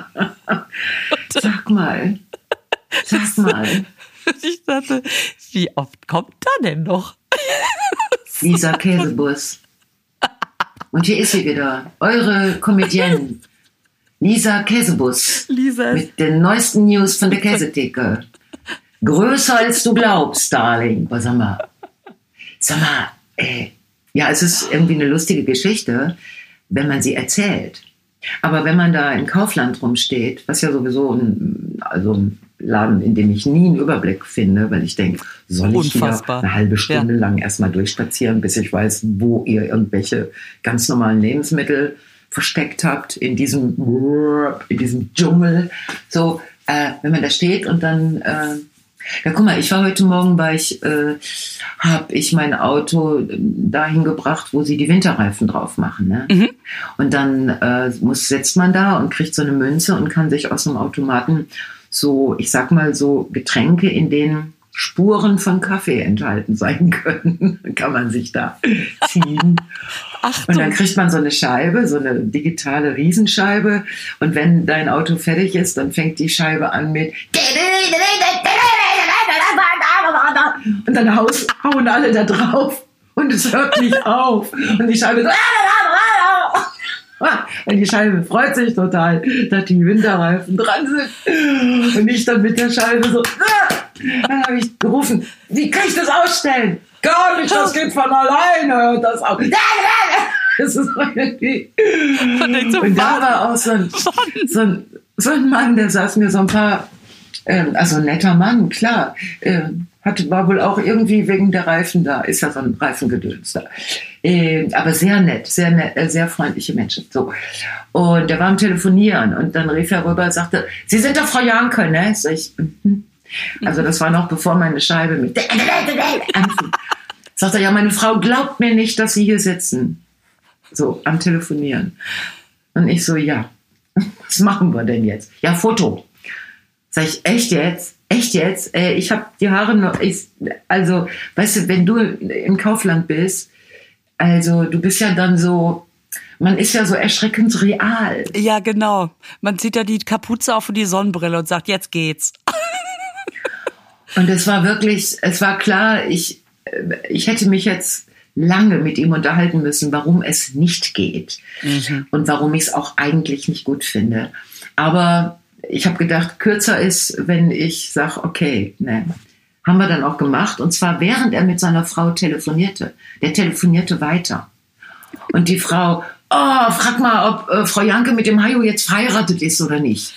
Sag mal. Sag mal.
Ich dachte, wie oft kommt er denn noch?
Lisa Käsebus. Und hier ist sie wieder. Eure Comedienne. Lisa Käsebus.
Lisa.
Mit den neuesten News von der Käsetheke. Größer als du glaubst, Darling. Oh, sag mal. Sag mal, ey. Ja, es ist irgendwie eine lustige Geschichte, wenn man sie erzählt. Aber wenn man da im Kaufland rumsteht, was ja sowieso ein, also ein Laden, in dem ich nie einen Überblick finde, weil ich denke, soll ich
Unfassbar.
hier eine halbe Stunde
ja.
lang erstmal durchspazieren, bis ich weiß, wo ihr irgendwelche ganz normalen Lebensmittel versteckt habt in diesem, in diesem Dschungel. So, äh, wenn man da steht und dann... Äh, Ja, guck mal, ich war heute Morgen, war ich, äh, habe ich mein Auto dahin gebracht, wo sie die Winterreifen drauf machen. Ne? Mhm. Und dann äh, muss, sitzt man da und kriegt so eine Münze und kann sich aus dem Automaten so, ich sag mal so Getränke, in denen Spuren von Kaffee enthalten sein können, kann man sich da ziehen. Achtung. Und dann kriegt man so eine Scheibe, so eine digitale Riesenscheibe. Und wenn dein Auto fertig ist, dann fängt die Scheibe an mit und dann hauen alle da drauf und es hört nicht auf. Und die Scheibe so und die Scheibe freut sich total, dass die Winterreifen dran sind. Und ich dann mit der Scheibe so, dann habe ich gerufen, wie kann ich das ausstellen? Gar nicht, das geht von alleine. Hört das auf. Das ist irgendwie. Und da war auch so ein, so, ein, so ein Mann, der saß mir so ein paar, äh, also ein netter Mann, klar, äh, hat, war wohl auch irgendwie wegen der Reifen da, ist ja so ein Reifengedöns da. Äh, aber sehr nett, sehr nett, äh, sehr freundliche Menschen. So. Und der war am Telefonieren und dann rief er rüber und sagte, Sie sind doch Frau Janke, ne? Sag ich, mhm. Also das war noch bevor meine Scheibe mit sagt er, ja, meine Frau glaubt mir nicht, dass Sie hier sitzen. So, am Telefonieren. Und ich so, ja, was machen wir denn jetzt? Ja, Foto. Sag ich, echt jetzt? Echt jetzt? Äh, ich habe die Haare noch, ich, also, weißt du, wenn du im Kaufland bist, also du bist ja dann so, man ist ja so erschreckend real.
Ja, genau. Man zieht ja die Kapuze auf und die Sonnenbrille und sagt, jetzt geht's.
Und es war wirklich, es war klar, ich, ich hätte mich jetzt lange mit ihm unterhalten müssen, warum es nicht geht. Mhm. Und warum ich es auch eigentlich nicht gut finde. Aber ich habe gedacht, kürzer ist, wenn ich sage, okay, ne, haben wir dann auch gemacht. Und zwar während er mit seiner Frau telefonierte. Der telefonierte weiter. Und die Frau, oh, frag mal, ob äh, Frau Janke mit dem Hajo jetzt verheiratet ist oder nicht.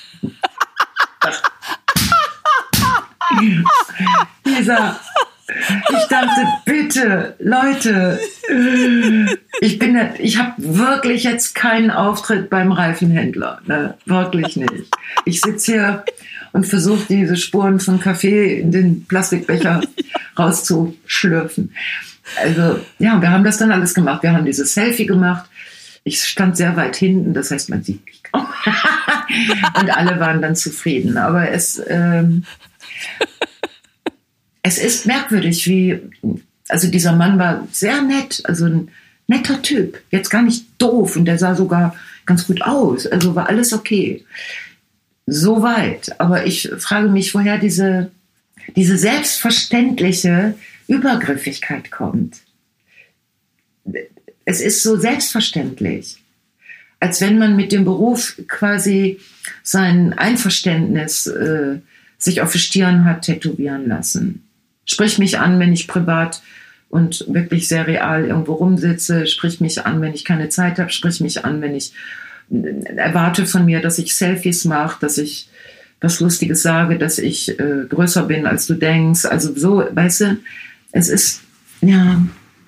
Dieser, ich dachte, bitte, Leute, ich bin, ich habe wirklich jetzt keinen Auftritt beim Reifenhändler, ne? Wirklich nicht. Ich sitze hier und versuche diese Spuren von Kaffee in den Plastikbecher rauszuschlürfen. Also ja, wir haben das dann alles gemacht. Wir haben dieses Selfie gemacht. Ich stand sehr weit hinten, das heißt, man sieht mich kaum. Und alle waren dann zufrieden. Aber es, ähm, es ist merkwürdig, wie, also dieser Mann war sehr nett, also ein netter Typ, jetzt gar nicht doof und der sah sogar ganz gut aus, also war alles okay. Soweit. Aber ich frage mich, woher diese, diese selbstverständliche Übergriffigkeit kommt. Es ist so selbstverständlich, als wenn man mit dem Beruf quasi sein Einverständnis äh, sich auf die Stirn hat tätowieren lassen. Sprich mich an, wenn ich privat und wirklich sehr real irgendwo rumsitze. Sprich mich an, wenn ich keine Zeit habe. Sprich mich an, wenn ich erwarte von mir, dass ich Selfies mache, dass ich was Lustiges sage, dass ich äh, größer bin, als du denkst. Also so, weißt du, es ist, ja...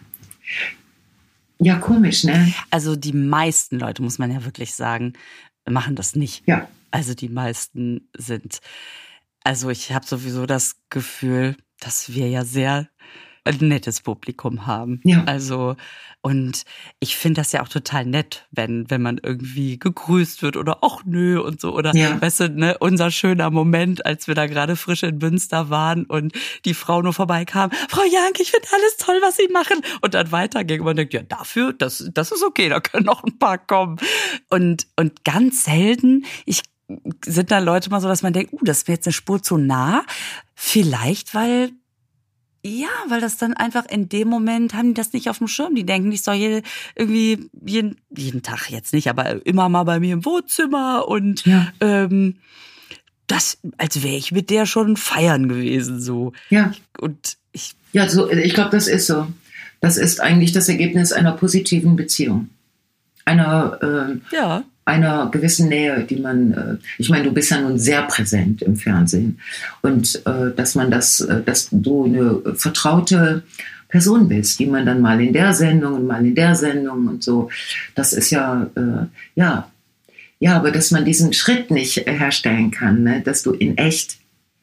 Ja, komisch, ne?
Also die meisten Leute, muss man ja wirklich sagen, machen das nicht.
Ja.
Also die meisten sind, also ich habe sowieso das Gefühl, dass wir ja sehr ein nettes Publikum haben.
Ja.
Also, und ich finde das ja auch total nett, wenn wenn man irgendwie gegrüßt wird oder ach nö und so. Oder,
ja.
weißt du, ne, unser schöner Moment, als wir da gerade frisch in Münster waren und die Frau nur vorbeikam, Frau Janke, ich finde alles toll, was Sie machen. Und dann weiterging und man denkt, ja, dafür, das, das ist okay, da können noch ein paar kommen. Und, und ganz selten, ich sind da Leute mal so, dass man denkt, uh, das wäre jetzt eine Spur zu nah. Vielleicht, weil Ja, weil das dann einfach in dem Moment haben die das nicht auf dem Schirm. Die denken, ich soll jede, irgendwie jeden, jeden Tag jetzt nicht, aber immer mal bei mir im Wohnzimmer und
ja.
ähm, das, als wäre ich mit der schon feiern gewesen so.
Ja.
Und ich
ja, so, ich glaube, das ist so. Das ist eigentlich das Ergebnis einer positiven Beziehung, einer äh,
ja.
einer gewissen Nähe, die man, äh, ich meine, du bist ja nun sehr präsent im Fernsehen und äh, dass man das, äh, dass du eine vertraute Person bist, die man dann mal in der Sendung und mal in der Sendung und so, das ist ja, äh, ja, ja, aber dass man diesen Schritt nicht herstellen kann, ne? Dass du in echt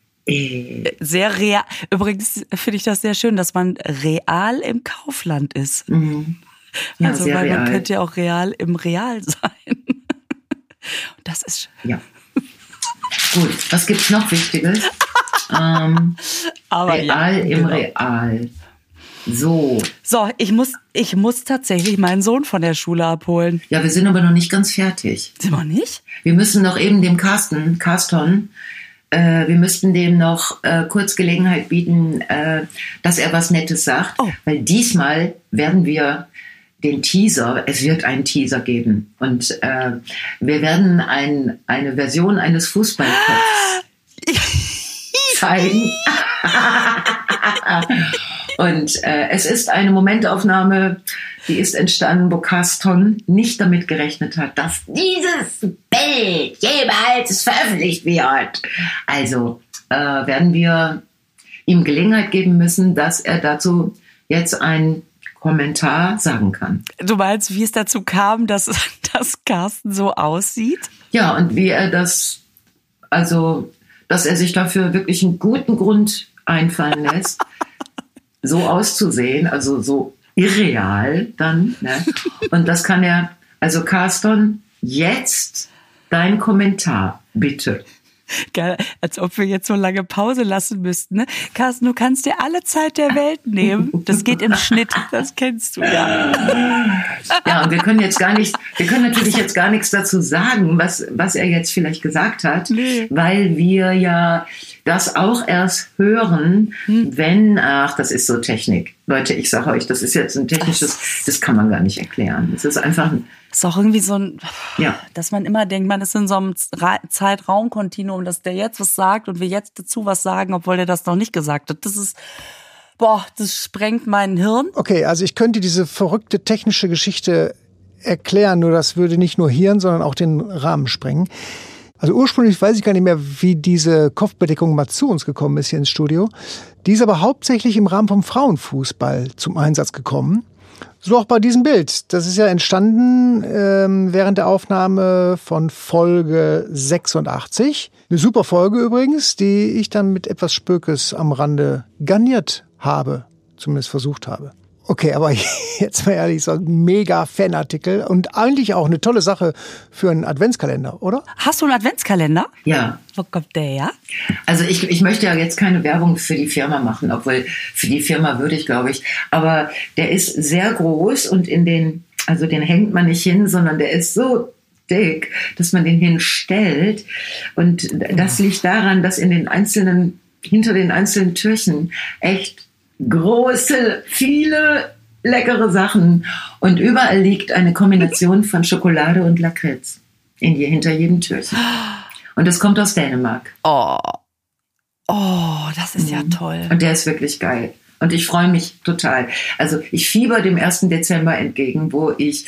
äh,
sehr real, übrigens finde ich das sehr schön, dass man real im Kaufland ist.
Mhm. Ja,
also,
sehr
weil
real.
man könnte ja auch real im Real sein. Und das ist schön.
Ja. Gut, was gibt's noch Wichtiges? ähm,
Aber
real
ja,
im
genau.
Real. So.
So, ich muss, ich muss tatsächlich meinen Sohn von der Schule abholen.
Ja, wir sind aber noch nicht ganz fertig.
Sind wir nicht?
Wir müssen noch eben dem Carsten, Carston, äh, wir müssten dem noch äh, kurz Gelegenheit bieten, äh, dass er was Nettes sagt.
Oh.
Weil diesmal werden wir den Teaser, es wird einen Teaser geben. Und äh, wir werden ein, eine Version eines Fußballkopfs zeigen. Und äh, es ist eine Momentaufnahme, die ist entstanden, wo Carston nicht damit gerechnet hat, dass dieses Bild jemals veröffentlicht wird. Also äh, werden wir ihm Gelegenheit geben müssen, dass er dazu jetzt ein Kommentar sagen kann.
Du meinst, wie es dazu kam, dass, dass Carsten so aussieht?
Ja, und wie er das, also, dass er sich dafür wirklich einen guten Grund einfallen lässt, so auszusehen, also so irreal dann. Ne? Und das kann er, also Carston, jetzt dein Kommentar, bitte.
Geil, als ob wir jetzt so lange Pause lassen müssten. Ne? Carsten, du kannst dir alle Zeit der Welt nehmen. Das geht im Schnitt, das kennst du ja.
Ja, und wir können jetzt gar nicht, wir können natürlich jetzt gar nichts dazu sagen, was, was er jetzt vielleicht gesagt hat, nee. Weil wir ja das auch erst hören, hm. wenn, ach, das ist so Technik. Leute, ich sage euch, das ist jetzt ein technisches, das kann man gar nicht erklären. Es ist einfach ein
ist auch irgendwie so ein,
ja.
dass man immer denkt, man ist in so einem Zeitraumkontinuum, dass der jetzt was sagt und wir jetzt dazu was sagen, obwohl der das noch nicht gesagt hat. Das ist, boah, das sprengt mein Hirn.
Okay, also ich könnte diese verrückte technische Geschichte erklären, nur das würde nicht nur Hirn, sondern auch den Rahmen sprengen. Also ursprünglich weiß ich gar nicht mehr, wie diese Kopfbedeckung mal zu uns gekommen ist hier ins Studio. Die ist aber hauptsächlich im Rahmen vom Frauenfußball zum Einsatz gekommen. So auch bei diesem Bild. Das ist ja entstanden ähm, während der Aufnahme von Folge sechsundachtzig. Eine super Folge übrigens, die ich dann mit etwas Spökes am Rande garniert habe. Zumindest versucht habe. Okay, aber jetzt mal ehrlich, so ein mega Fanartikel und eigentlich auch eine tolle Sache für einen Adventskalender, oder?
Hast du einen Adventskalender?
Ja.
Wo kommt der her?
Also ich, ich möchte ja jetzt keine Werbung für die Firma machen, obwohl für die Firma würde ich, glaube ich. Aber der ist sehr groß und in den, also den hängt man nicht hin, sondern der ist so dick, dass man den hinstellt. Und das liegt daran, dass in den einzelnen, hinter den einzelnen Türchen echt große, viele leckere Sachen und überall liegt eine Kombination von Schokolade und Lakritz in je, hinter jedem Türchen. Und das kommt aus Dänemark.
Oh, oh, das ist mhm. ja toll.
Und der ist wirklich geil. Und ich freue mich total. Also ich fieber dem ersten Dezember entgegen, wo ich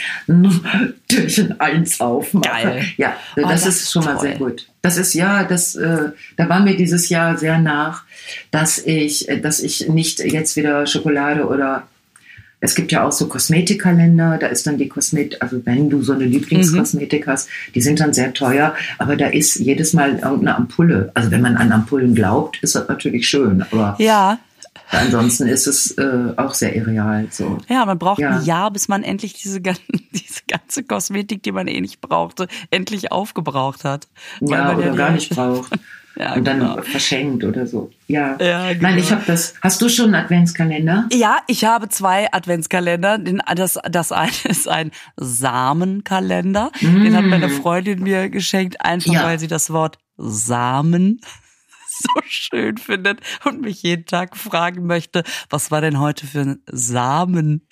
Türchen eins aufmache.
Geil.
Ja, das, oh, das ist, ist schon toll. Mal sehr gut. Das ist ja, das, äh, da war mir dieses Jahr sehr nach, dass ich, dass ich nicht jetzt wieder Schokolade oder es gibt ja auch so Kosmetikkalender, da ist dann die Kosmetik, also wenn du so eine Lieblingskosmetik mhm. hast, die sind dann sehr teuer, aber da ist jedes Mal irgendeine Ampulle. Also wenn man an Ampullen glaubt, ist das natürlich schön, aber
ja.
Ansonsten ist es äh, auch sehr irreal. So.
Ja, man braucht
ja.
ein Jahr, bis man endlich diese, diese ganze Kosmetik, die man eh nicht brauchte, endlich aufgebraucht hat.
Ja, oder ja gar nicht braucht. Ja, und dann genau. verschenkt oder so. Ja. ja genau. Nein, ich habe das. Hast du schon einen Adventskalender?
Ja, ich habe zwei Adventskalender. Den, das, das eine ist ein Samenkalender. Mm. Den hat meine Freundin mir geschenkt, einfach ja. weil sie das Wort Samen so schön findet und mich jeden Tag fragen möchte, was war denn heute für ein Samen?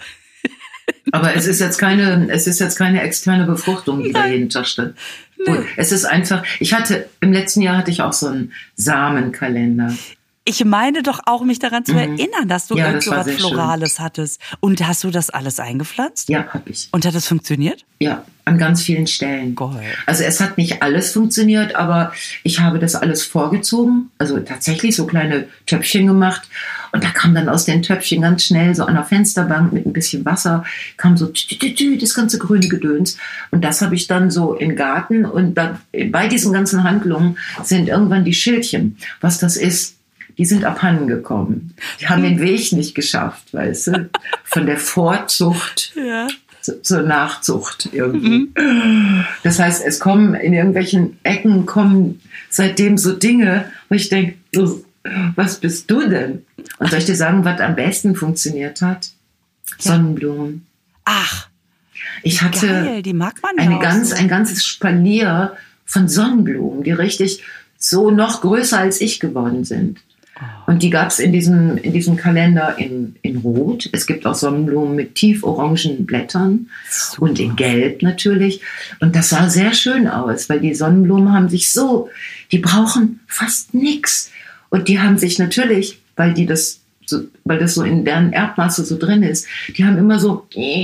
Aber es ist jetzt keine, es ist jetzt keine externe Befruchtung, die Nein. da jeden Tag steht. Nee. Es ist einfach, ich hatte, im letzten Jahr hatte ich auch so einen Samenkalender.
Ich meine doch auch, mich daran zu mhm. erinnern, dass du
ja,
irgend so was Florales
schön.
hattest. Und hast du das alles eingepflanzt?
Ja, habe ich.
Und hat das funktioniert?
Ja, an ganz vielen Stellen.
Geil.
Also es hat nicht alles funktioniert, aber ich habe das alles vorgezogen. Also tatsächlich so kleine Töpfchen gemacht. Und da kam dann aus den Töpfchen ganz schnell so an der Fensterbank mit ein bisschen Wasser, kam so tü, tü, tü, das ganze grüne Gedöns. Und das habe ich dann so im Garten. Und dann, bei diesen ganzen Handlungen sind irgendwann die Schildchen. Was das ist, die sind abhanden gekommen. Die haben den Weg nicht geschafft, weißt du? Von der Vorzucht ja. zu, zur Nachzucht irgendwie. Mhm. Das heißt, es kommen in irgendwelchen Ecken kommen seitdem so Dinge, wo ich denke, so, was bist du denn? Und soll ich dir sagen, was am besten funktioniert hat? Ja. Sonnenblumen.
Ach,
ich hatte
geil, die mag man ja
eine
auch
ganz,
so.
ein ganzes Spalier von Sonnenblumen, die richtig so noch größer als ich geworden sind. Und die gab es in diesem, in diesem Kalender in, in Rot. Es gibt auch Sonnenblumen mit tieforangen Blättern Super. Und in Gelb natürlich. Und das sah sehr schön aus, weil die Sonnenblumen haben sich so, die brauchen fast nichts. Und die haben sich natürlich, weil die das, so, weil das so in deren Erbmasse so drin ist, die haben immer so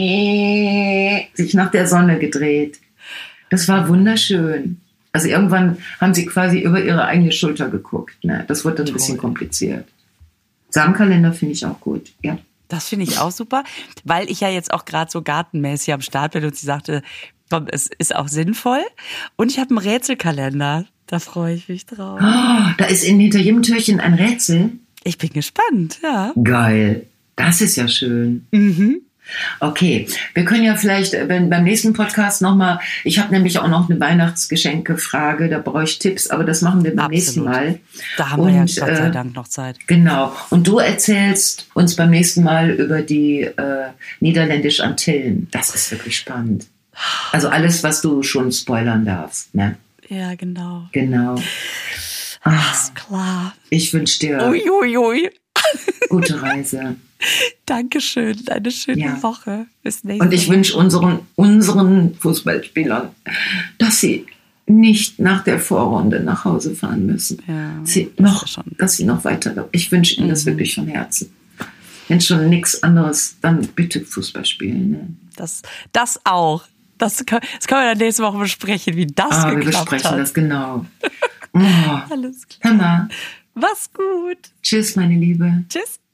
sich nach der Sonne gedreht. Das war wunderschön. Also irgendwann haben sie quasi über ihre eigene Schulter geguckt. Ne? Das wird dann ein Toll. Bisschen kompliziert. Samenkalender finde ich auch gut, ja.
Das finde ich auch super, weil ich ja jetzt auch gerade so gartenmäßig am Start bin und sie sagte, komm, es ist auch sinnvoll. Und ich habe einen Rätselkalender, da freue ich mich drauf.
Oh, da ist in, hinter jedem Türchen ein Rätsel.
Ich bin gespannt, ja.
Geil, das ist ja schön.
Mhm.
Okay, wir können ja vielleicht wenn, beim nächsten Podcast nochmal, ich habe nämlich auch noch eine Weihnachtsgeschenke-Frage, da brauche ich Tipps, aber das machen wir beim Absolut. nächsten Mal.
Da haben und, wir ja Gott sei Dank noch Zeit.
Genau, und du erzählst uns beim nächsten Mal über die äh, Niederländisch-Antillen. Das ist wirklich spannend. Also alles, was du schon spoilern darfst. Ne?
Ja, genau.
Genau.
Alles klar.
Ich wünsche dir
ui, ui, ui.
gute Reise.
Dankeschön, eine schöne ja. Woche. Bis nächste
Und ich wünsche unseren, unseren Fußballspielern, dass sie nicht nach der Vorrunde nach Hause fahren müssen.
Ja,
sie noch, das dass sie noch weiter. Ich wünsche ihnen mhm. das wirklich von Herzen. Wenn schon nichts anderes, dann bitte Fußball spielen. Ne?
Das, das auch. Das können, das können wir dann nächste Woche besprechen, wie das
ah,
geklappt hat.
Wir besprechen
hat.
das genau. Oh.
Alles klar.
Hör mal.
Mach's gut.
Tschüss, meine Liebe.
Tschüss.